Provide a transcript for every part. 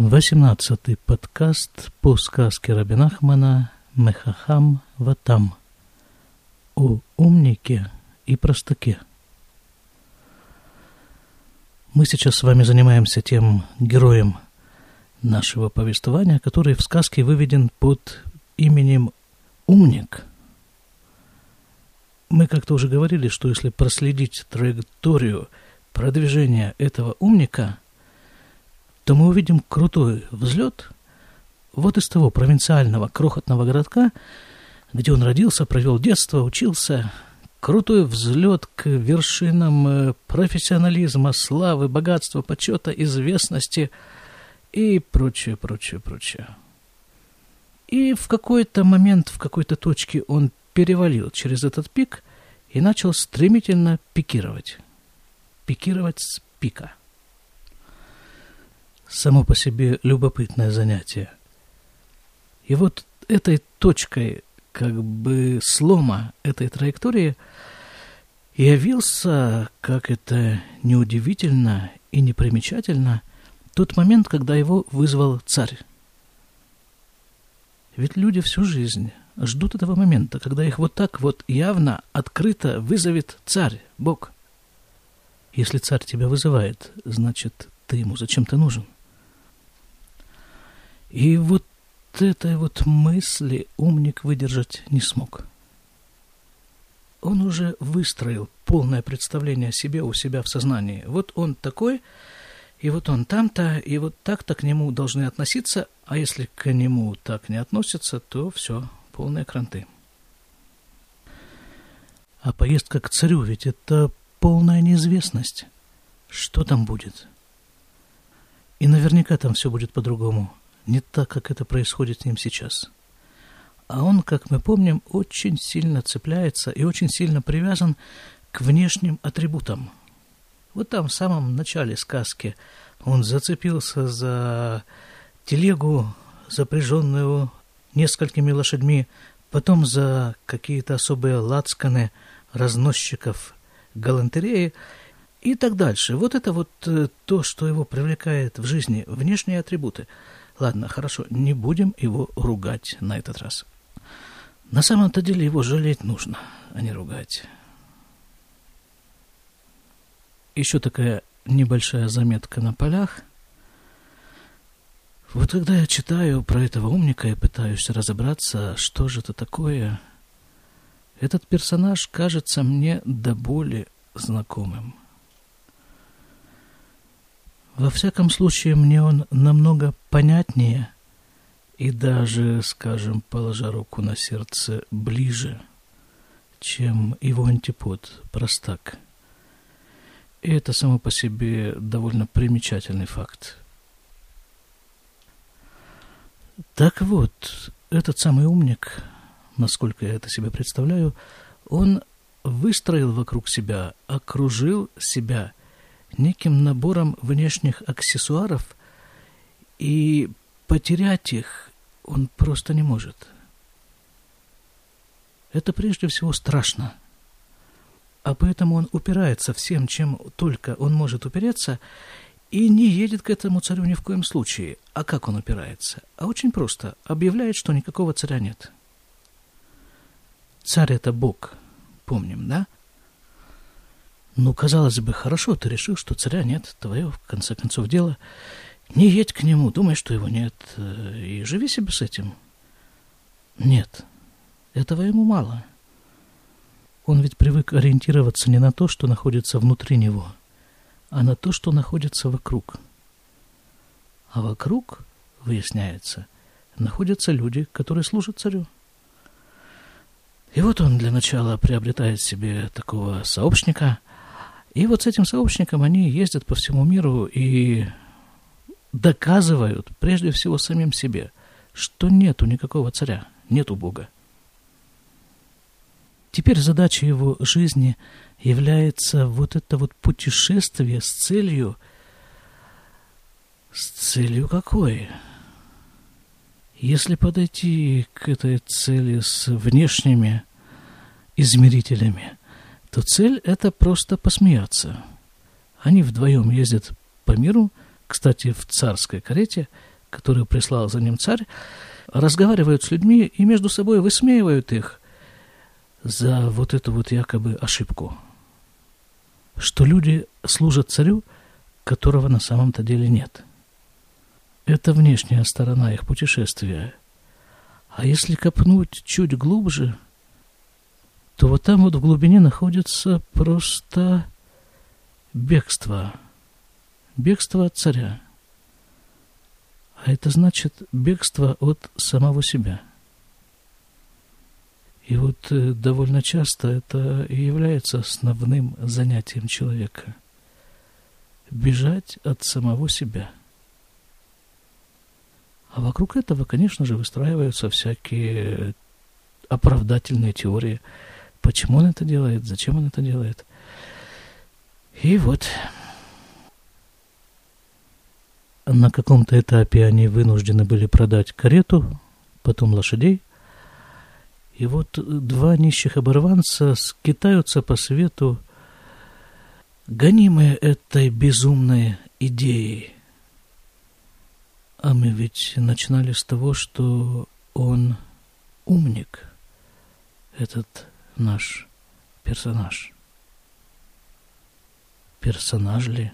18-й подкаст по сказке Раби Нахмана «Мехахам ватам» о умнике и простаке. Мы сейчас с вами занимаемся тем героем нашего повествования, который в сказке выведен под именем «Умник». Мы как-то уже говорили, что если проследить траекторию продвижения этого умника, то мы увидим крутой взлет вот из того провинциального крохотного городка, где он родился, провел детство, учился. Крутой взлет к вершинам профессионализма, славы, богатства, почета, известности и прочее, прочее, прочее. И в какой-то момент, в какой-то точке он перевалил через этот пик и начал стремительно пикировать. Пикировать с пика. Само по себе любопытное занятие. И вот этой точкой как бы слома этой траектории явился, как это неудивительно и непримечательно, тот момент, когда его вызвал царь. Ведь люди всю жизнь ждут этого момента, когда их вот так вот явно, открыто вызовет царь, Бог. Если царь тебя вызывает, значит, ты ему зачем-то нужен. И вот этой вот мысли умник выдержать не смог. Он уже выстроил полное представление о себе у себя в сознании. Вот он такой, и вот он там-то, и вот так-то к нему должны относиться, а если к нему так не относятся, то все, полные кранты. А поездка к царю, ведь это полная неизвестность. Что там будет? И наверняка там все будет по-другому. Не так, как это происходит с ним сейчас. А он, как мы помним, очень сильно цепляется и очень сильно привязан к внешним атрибутам. Вот там в самом начале сказки он зацепился за телегу, запряженную несколькими лошадьми, потом за какие-то особые лацканы разносчиков галантереи и так дальше. Вот это вот то, что его привлекает в жизни, внешние атрибуты. Ладно, хорошо, не будем его ругать на этот раз. На самом-то деле его жалеть нужно, а не ругать. Еще такая небольшая заметка на полях. Вот когда я читаю про этого умника и пытаюсь разобраться, что же это такое, этот персонаж кажется мне до боли знакомым. Во всяком случае, мне он намного понятнее и даже, скажем, положа руку на сердце, ближе, чем его антипод, простак. И это само по себе довольно примечательный факт. Так вот, этот самый умник, насколько я это себе представляю, он выстроил вокруг себя, окружил себя неким набором внешних аксессуаров, и потерять их он просто не может. Это прежде всего страшно. А поэтому он упирается всем, чем только он может упереться, и не едет к этому царю ни в коем случае. А как он упирается? А очень просто. Объявляет, что никакого царя нет. Царь — это Бог. Помним, да? Ну, казалось бы, хорошо, ты решил, что царя нет, твое, в конце концов, дело. Не едь к нему, думай, что его нет, и живи себе с этим. Нет, этого ему мало. Он ведь привык ориентироваться не на то, что находится внутри него, а на то, что находится вокруг. А вокруг, выясняется, находятся люди, которые служат царю. И вот он для начала приобретает себе такого сообщника, и вот с этим сообщником они ездят по всему миру и доказывают, прежде всего самим себе, что нету никакого царя, нету Бога. Теперь задачей его жизни является вот это вот путешествие с целью какой? Если подойти к этой цели с внешними измерителями, то цель – это просто посмеяться. Они вдвоем ездят по миру, кстати, в царской карете, которую прислал за ним царь, разговаривают с людьми и между собой высмеивают их за вот эту вот якобы ошибку, что люди служат царю, которого на самом-то деле нет. Это внешняя сторона их путешествия. А если копнуть чуть глубже, то вот там вот в глубине находится просто бегство. Бегство от царя. А это значит бегство от самого себя. И вот довольно часто это и является основным занятием человека. Бежать от самого себя. А вокруг этого, конечно же, выстраиваются всякие оправдательные теории. Почему он это делает, зачем он это делает. И вот на каком-то этапе они вынуждены были продать карету, потом лошадей. И вот два нищих оборванца скитаются по свету, гонимые этой безумной идеей. А мы ведь начинали с того, что он умник, этот наш персонаж. Персонаж ли?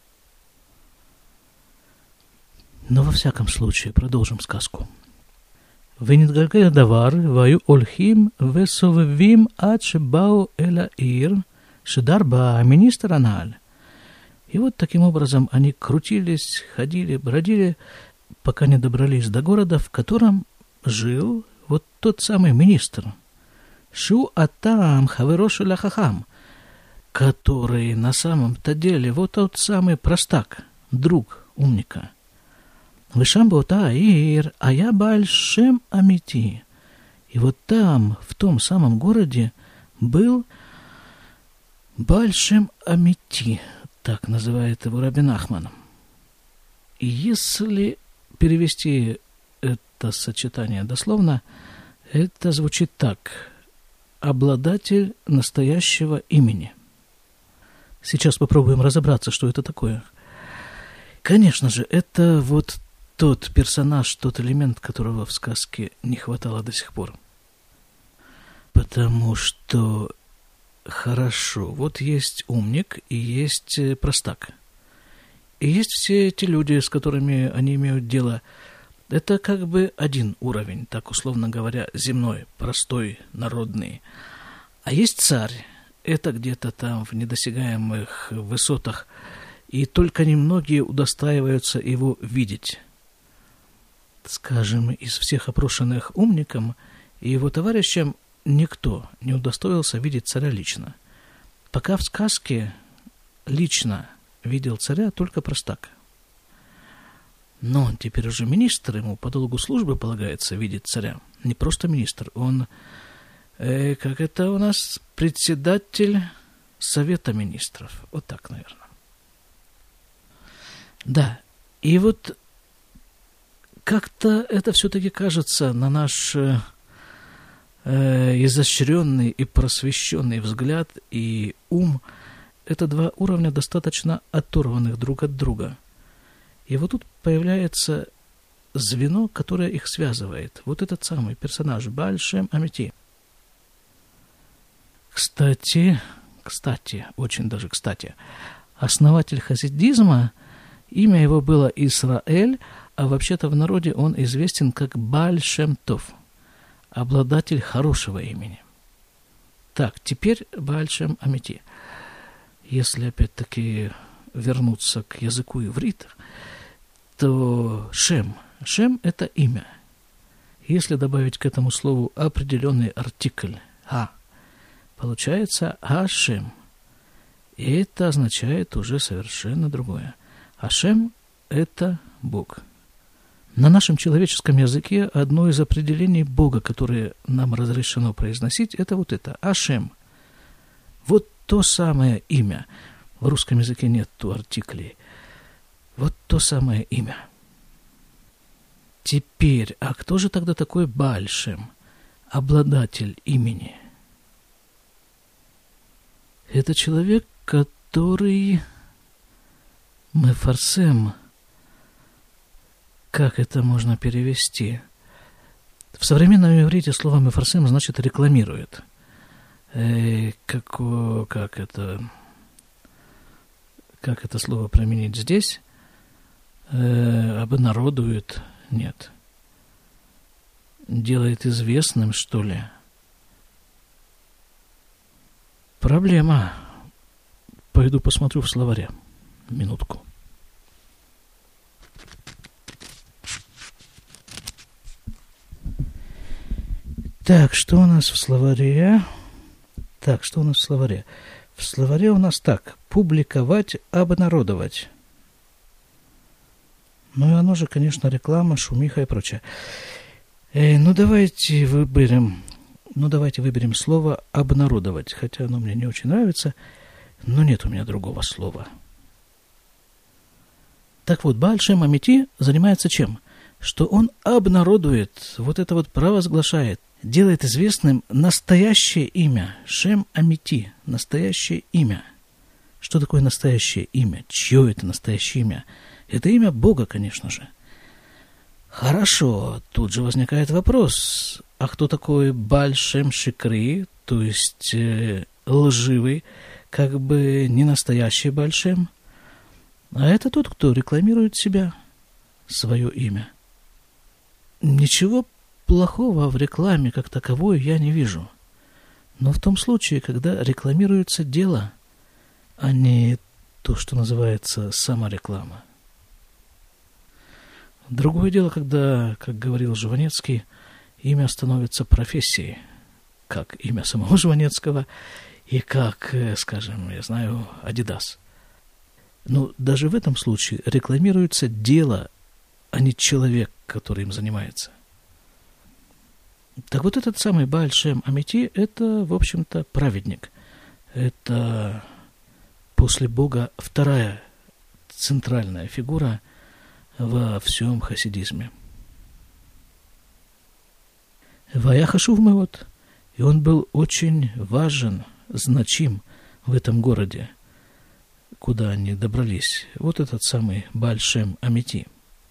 Но во всяком случае, продолжим сказку. ונתגלגל הדבר, והיו הולכים וסובבים עד שבאו אל העיר, שדר בה המיניסטר הנ"ל. И вот таким образом они крутились, ходили, бродили, пока не добрались до города, в котором жил вот тот самый министр. Шу атам хаверо шеля хахам, который на самом-то деле вот тот самый простак, друг умника. Вышам бота ир, а я бальшем амити. И вот там, в том самом городе, был Бальшем амити, так называет его Раби Нахман. И если перевести это сочетание дословно, это звучит так: обладатель настоящего имени. Сейчас попробуем разобраться, что это такое. Конечно же, это вот тот персонаж, тот элемент, которого в сказке не хватало до сих пор. Потому что хорошо, вот есть умник и есть простак. И есть все эти люди, с которыми они имеют дело. Это как бы один уровень, так условно говоря, земной, простой, народный. А есть царь, это где-то там в недосягаемых высотах, и только немногие удостаиваются его видеть. Скажем, из всех опрошенных умником и его товарищам никто не удостоился видеть царя лично. Пока в сказке лично видел царя только простак. Но теперь уже министр, ему по долгу службы полагается видеть царя. Не просто министр, он, как это у нас, председатель Совета министров. Вот так, наверное. Да, и вот как-то это все-таки кажется на наш изощренный и просвещенный взгляд и ум. Это два уровня, достаточно оторванных друг от друга. И вот тут появляется звено, которое их связывает. Вот этот самый персонаж Бальшем Амити. Кстати, очень даже кстати, основатель хасидизма, имя его было Исраэль, а вообще-то в народе он известен как Бааль Шем Тов, обладатель хорошего имени. Так, теперь Бааль Шем Амити. Если опять-таки вернуться к языку иврита, то Шем – это имя. Если добавить к этому слову определенный артикль «а», получается «Ашем». И это означает уже совершенно другое. Ашем – это Бог. На нашем человеческом языке одно из определений Бога, которое нам разрешено произносить, это вот это – Ашем. Вот то самое имя. В русском языке нет артиклей. Вот то самое имя. Теперь, а кто же тогда такой Бааль Шем, обладатель имени? Это человек, который мефарсем, как это можно перевести? В современном иврите слово «мефарсем» значит «рекламирует». Как это слово применить здесь? Обнародует? Нет. Делает известным, что ли? Проблема. Пойду посмотрю в словаре. Минутку. Так, что у нас в словаре? В словаре у нас так. Публиковать, обнародовать. Ну и оно же, конечно, реклама, шумиха и прочее. Давайте выберем слово «обнародовать». Хотя оно мне не очень нравится, но нет у меня другого слова. Так вот, Бааль Шем Амити занимается чем? Что он обнародует, провозглашает, делает известным настоящее имя. Шем Амити, настоящее имя. Что такое настоящее имя? Чье это настоящее имя? Это имя Бога, конечно же. Хорошо, тут же возникает вопрос, а кто такой Бааль Шем Шикри, то есть лживый, как бы не настоящий Бааль Шем? А это тот, кто рекламирует себя, свое имя. Ничего плохого в рекламе как таковой я не вижу. Но в том случае, когда рекламируется дело, а не то, что называется самореклама. Другое дело, когда, как говорил Жванецкий, имя становится профессией, как имя самого Жванецкого и как, скажем, Адидас. Но даже в этом случае рекламируется дело, а не человек, который им занимается. Так вот, этот самый Бааль Шем Амити – это, в общем-то, праведник. Это после Бога вторая центральная фигура во всем хасидизме. Вая хашув меот, и он был очень важен, значим в этом городе, куда они добрались. Вот этот самый Бааль Шем Амити.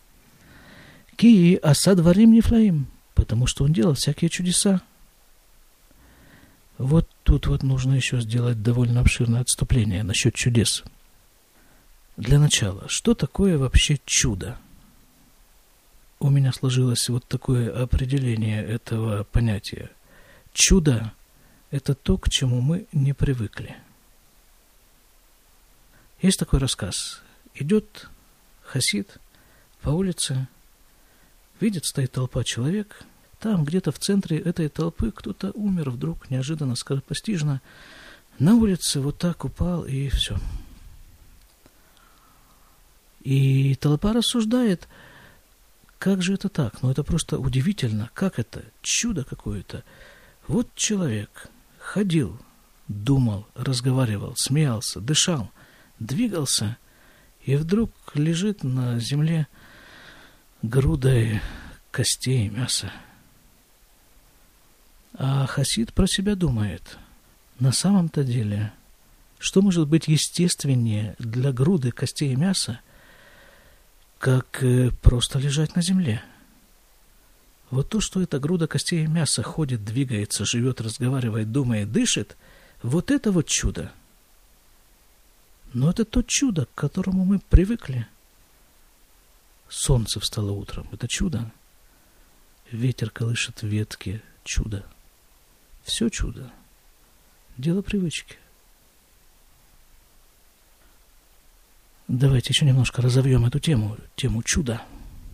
Ки аса дварим нифлаим, потому что он делал всякие чудеса. Вот тут нужно еще сделать довольно обширное отступление насчет чудес. Для начала, что такое вообще чудо? У меня сложилось вот такое определение этого понятия. Чудо – это то, к чему мы не привыкли. Есть такой рассказ. Идет хасид по улице, видит, стоит толпа человек. Там, где-то в центре этой толпы, кто-то умер вдруг, неожиданно, скоропостижно. На улице вот так упал, и все. И толпа рассуждает, как же это так? Это просто удивительно. Как это? Чудо какое-то. Вот человек ходил, думал, разговаривал, смеялся, дышал, двигался, и вдруг лежит на земле грудой костей и мяса. А хасид про себя думает. На самом-то деле, что может быть естественнее для груды костей и мяса, как просто лежать на земле? Вот то, что эта груда костей и мяса ходит, двигается, живет, разговаривает, думает, дышит, вот это вот чудо. Но это то чудо, к которому мы привыкли. Солнце встало утром, это чудо. Ветер колышет ветки, чудо. Все чудо. Дело привычки. Давайте еще немножко разовьем эту тему чуда.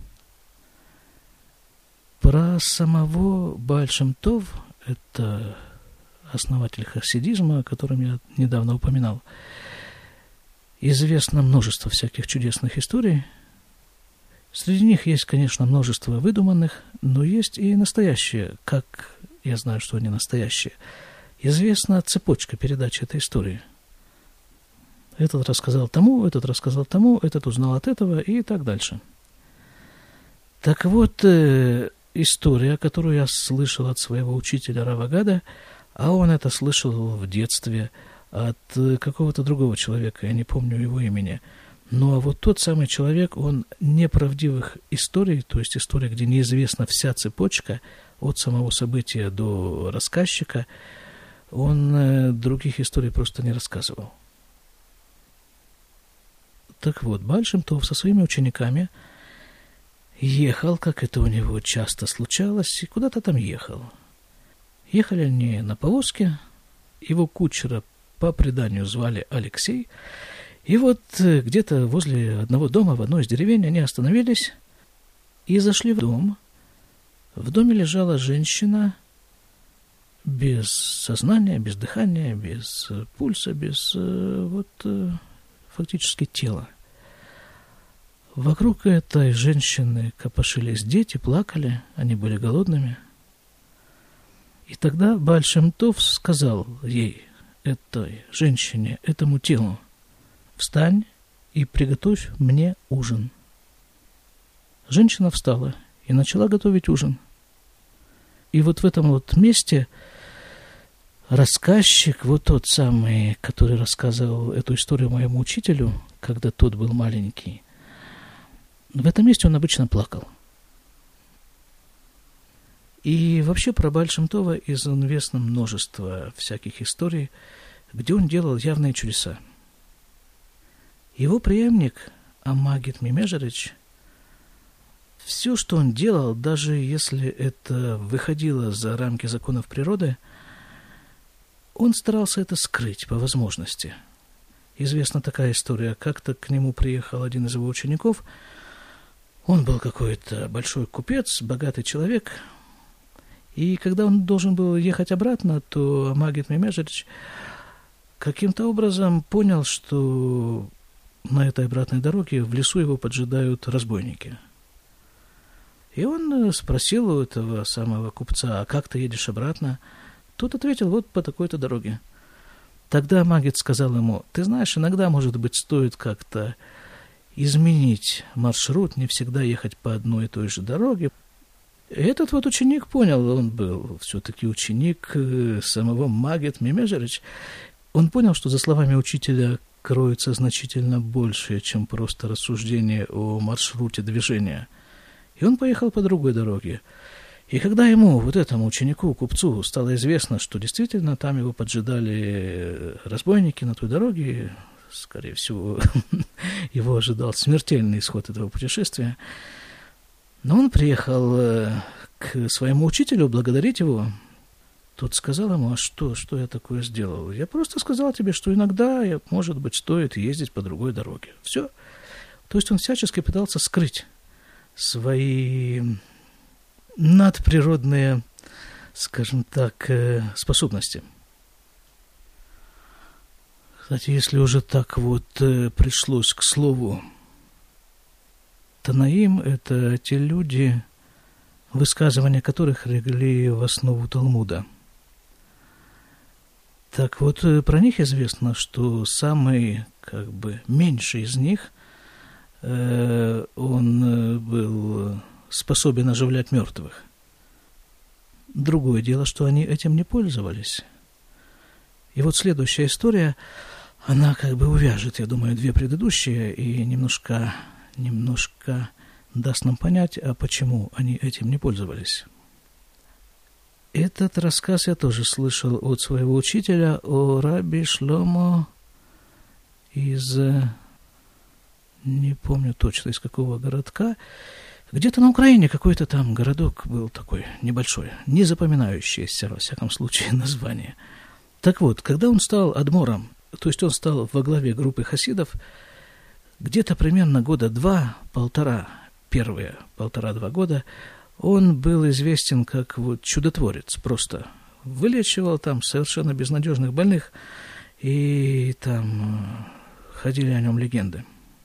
Про самого Бааль Шем Тов, это основатель хасидизма, о котором я недавно упоминал, известно множество всяких чудесных историй. Среди них есть, конечно, множество выдуманных, но есть и настоящие. Как я знаю, что они настоящие? Известна цепочка передачи этой истории. Этот рассказал тому, этот узнал от этого и так дальше. Так вот, история, которую я слышал от своего учителя Рава Гада, а он это слышал в детстве от какого-то другого человека, я не помню его имени, Ну, а вот тот самый человек, он неправдивых историй, то есть историй, где неизвестна вся цепочка от самого события до рассказчика, он других историй просто не рассказывал. Так вот, Бааль Шем Тов со своими учениками ехал, как это у него часто случалось, и куда-то там ехал. Ехали они на повозке, его кучера по преданию звали Алексей, и вот где-то возле одного дома, в одной из деревень, они остановились и зашли в дом. В доме лежала женщина без сознания, без дыхания, без пульса, без фактически тела. Вокруг этой женщины копошились дети, плакали, они были голодными. И тогда Бааль Шем Тов сказал ей, этой женщине, этому телу: «Встань и приготовь мне ужин». Женщина встала и начала готовить ужин. И вот в этом вот месте рассказчик, вот тот самый, который рассказывал эту историю моему учителю, когда тот был маленький, в этом месте он обычно плакал. И вообще про Бааль Шем Това известно множество всяких историй, где он делал явные чудеса. Его преемник Амагит Мимежарич, все, что он делал, даже если это выходило за рамки законов природы, он старался это скрыть по возможности. Известна такая история. Как-то к нему приехал один из его учеников. Он был какой-то большой купец, богатый человек. И когда он должен был ехать обратно, то Амагит Мимежарич каким-то образом понял, что на этой обратной дороге в лесу его поджидают разбойники. И он спросил у этого самого купца: «А как ты едешь обратно?» Тот ответил: «Вот по такой-то дороге». Тогда Амагит сказал ему: «Ты знаешь, иногда, может быть, стоит как-то изменить маршрут, не всегда ехать по одной и той же дороге». И этот вот ученик понял, он был все-таки ученик самого Магит Мимежарич, он понял, что за словами учителя кроется значительно больше, чем просто рассуждение о маршруте движения. И он поехал по другой дороге. И когда ему, вот этому ученику, купцу, стало известно, что действительно там его поджидали разбойники на той дороге, скорее всего, его ожидал смертельный исход этого путешествия, но он приехал к своему учителю благодарить его. Тот сказал ему: «А что я такое сделал? Я просто сказал тебе, что иногда, может быть, стоит ездить по другой дороге». Все. То есть он всячески пытался скрыть свои надприродные, скажем так, способности. Кстати, если уже так вот пришлось к слову, Танаим – это те люди, высказывания которых легли в основу Талмуда. Так вот, про них известно, что самый, меньший из них, он был способен оживлять мертвых. Другое дело, что они этим не пользовались. И вот следующая история, она увяжет, я думаю, две предыдущие и немножко даст нам понять, а почему они этим не пользовались. Этот рассказ я тоже слышал от своего учителя, о Раби Шломо из, не помню точно из какого городка, где-то на Украине какой-то там городок был такой небольшой, не запоминающийся, во всяком случае, название. Так вот, когда он стал адмором, то есть он стал во главе группы хасидов, где-то примерно года первые 1,5-2 года, он был известен как чудотворец, просто вылечивал там совершенно безнадежных больных, и там ходили о нем легенды.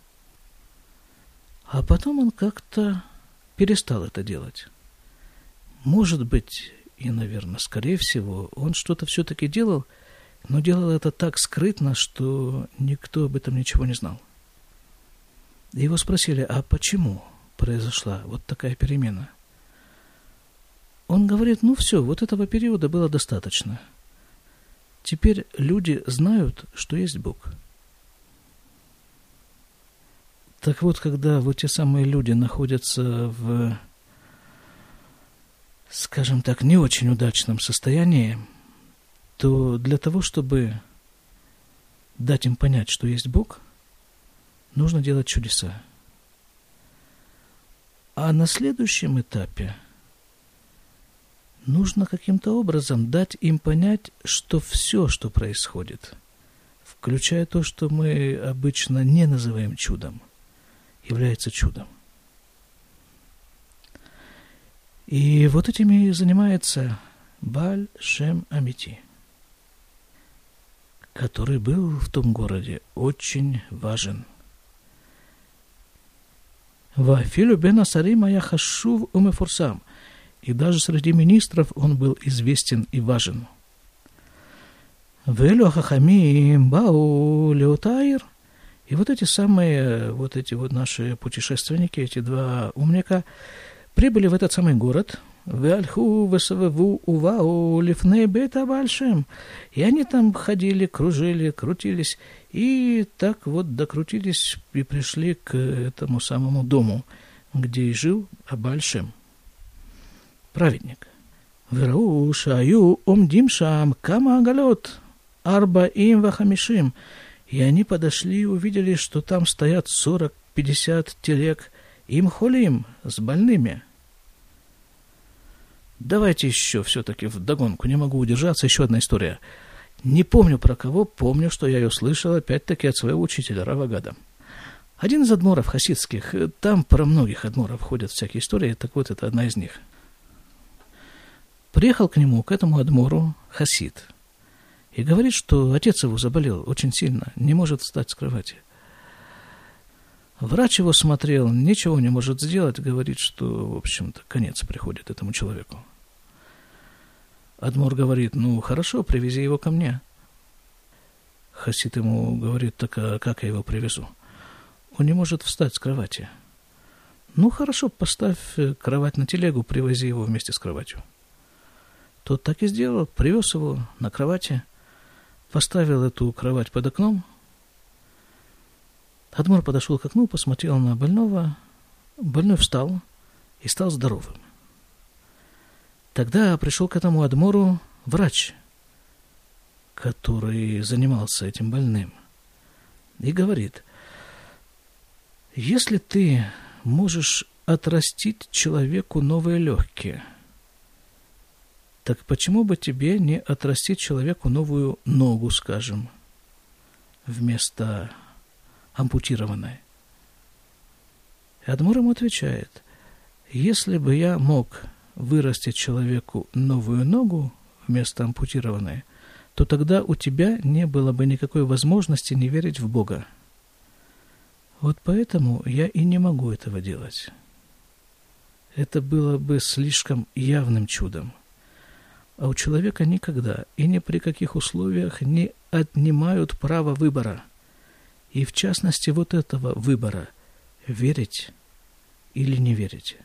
А потом он как-то перестал это делать. Может быть, и, наверное, скорее всего, он что-то все-таки делал, но делал это так скрытно, что никто об этом ничего не знал. Его спросили: а почему произошла вот такая перемена? Он говорит: все, вот этого периода было достаточно. Теперь люди знают, что есть Бог. Так вот, когда вот те самые люди находятся в, скажем так, не очень удачном состоянии, то для того, чтобы дать им понять, что есть Бог, нужно делать чудеса. А на следующем этапе нужно каким-то образом дать им понять, что все, что происходит, включая то, что мы обычно не называем чудом, является чудом. И вот этими занимается Бааль Шем Амити, который был в том городе очень важен. Вафилю бен Асарим ая хашув умефурсам. И даже среди министров он был известен и важен. Велю ахахамим бау леотаир. И вот эти наши путешественники, эти два умника, прибыли в этот самый город. Веальху весавеву увау лифней бета Бааль-Шем. И они там ходили, кружили, крутились, и так вот докрутились и пришли к этому самому дому, где и жил Бааль-Шем, праведник. Верау шаю омдим шам кама агалот арбаим вахамишим. И они подошли и увидели, что там стоят 40-50 телег им холим, с больными. Давайте еще все-таки вдогонку, не могу удержаться, еще одна история. Не помню про кого, помню, что я ее слышал опять-таки от своего учителя Рава Гада. Один из адморов хасидских, там про многих адморов ходят всякие истории, так вот это одна из них. Приехал к нему, к этому адмору, хасид, и говорит, что отец его заболел очень сильно, не может встать с кровати. Врач его смотрел, ничего не может сделать, говорит, что, в общем-то, конец приходит этому человеку. Адмор говорит, ну, хорошо, привези его ко мне. Хасид ему говорит, так а как я его привезу? Он не может встать с кровати. Ну, хорошо, поставь кровать на телегу, привози его вместе с кроватью. Тот так и сделал, привез его на кровати, поставил эту кровать под окном. Адмор подошел к окну, посмотрел на больного. Больной встал и стал здоровым. Тогда пришел к этому адмору врач, который занимался этим больным, и говорит, если ты можешь отрастить человеку новые легкие, так почему бы тебе не отрастить человеку новую ногу, скажем, вместо ампутированной? И адмор ему отвечает, если бы я мог вырастить человеку новую ногу вместо ампутированной, то тогда у тебя не было бы никакой возможности не верить в Бога. Вот поэтому я и не могу этого делать. Это было бы слишком явным чудом. А у человека никогда и ни при каких условиях не отнимают право выбора. И в частности вот этого выбора – верить или не верить.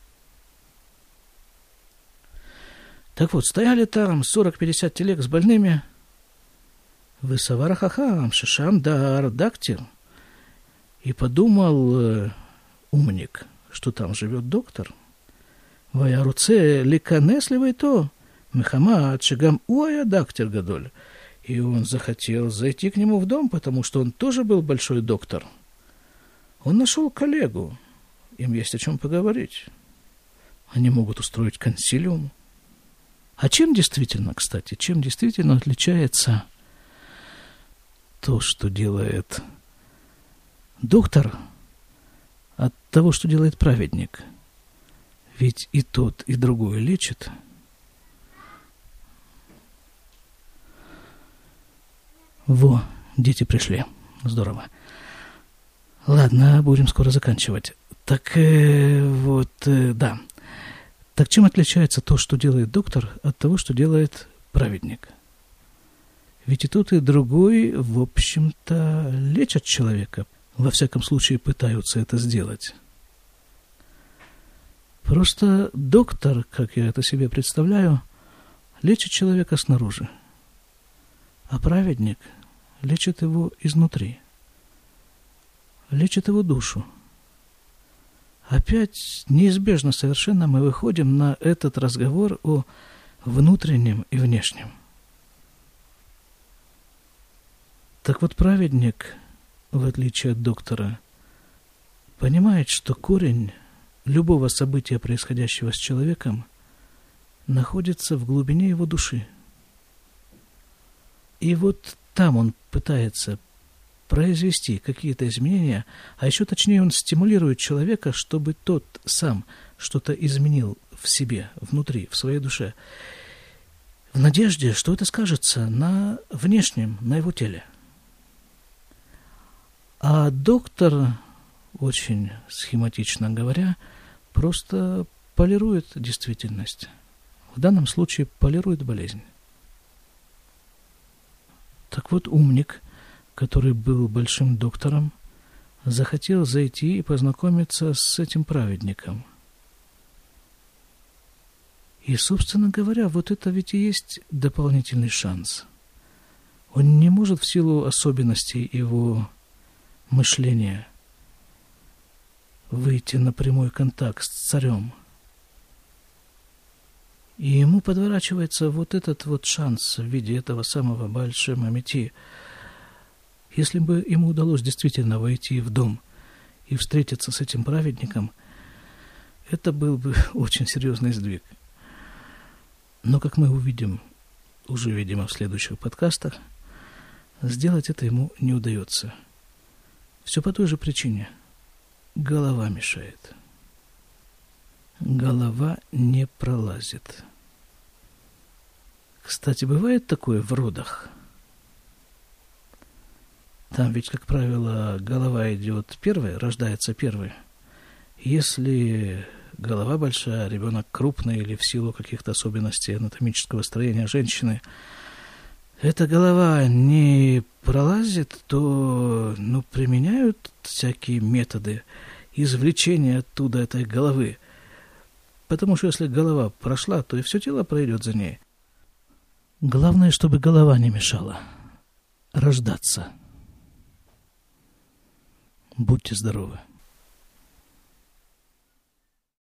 Так вот, стояли там 40-50 телег с больными. Высавар хахам, шишам дар дактил. И подумал умник, что там живет доктор. Ваяруце ликанес ли то, мехамад шагам уая дактер гадоль. И он захотел зайти к нему в дом, потому что он тоже был большой доктор. Он нашел коллегу, им есть о чем поговорить. Они могут устроить консилиум. А чем действительно, кстати, отличается то, что делает доктор, от того, что делает праведник? Ведь и тот, и другой лечит. Во, дети пришли. Здорово. Ладно, будем скоро заканчивать. Так да. Так чем отличается то, что делает доктор, от того, что делает праведник? Ведь и тот, и другой, в общем-то, лечат человека. Во всяком случае, пытаются это сделать. Просто доктор, как я это себе представляю, лечит человека снаружи, а праведник лечит его изнутри. лечит его душу. Опять неизбежно совершенно мы выходим на этот разговор о внутреннем и внешнем. Так вот, праведник, в отличие от доктора, понимает, что корень любого события, происходящего с человеком, находится в глубине его души. И вот там он пытается произвести какие-то изменения, а еще точнее он стимулирует человека, чтобы тот сам что-то изменил в себе, внутри, в своей душе, в надежде, что это скажется на внешнем, на его теле. А доктор, очень схематично говоря, просто полирует действительность. В данном случае полирует болезнь. Так вот, умник, который был большим доктором, захотел зайти и познакомиться с этим праведником. И, собственно говоря, вот это ведь и есть дополнительный шанс. Он не может в силу особенностей его мышления выйти на прямой контакт с царем. И ему подворачивается вот этот вот шанс в виде этого самого Бааль Шем Амити. Если бы ему удалось действительно войти в дом и встретиться с этим праведником, это был бы очень серьезный сдвиг. Но, как мы увидим, уже, видимо, в следующих подкастах, сделать это ему не удается. Все по той же причине. Голова мешает. Голова не пролазит. Кстати, бывает такое в родах? Там ведь, как правило, голова идет первой, рождается первой. Если голова большая, ребенок крупный или в силу каких-то особенностей анатомического строения женщины, эта голова не пролазит, то применяют всякие методы извлечения оттуда этой головы. Потому что если голова прошла, то и все тело пройдет за ней. Главное, чтобы голова не мешала рождаться. Будьте здоровы.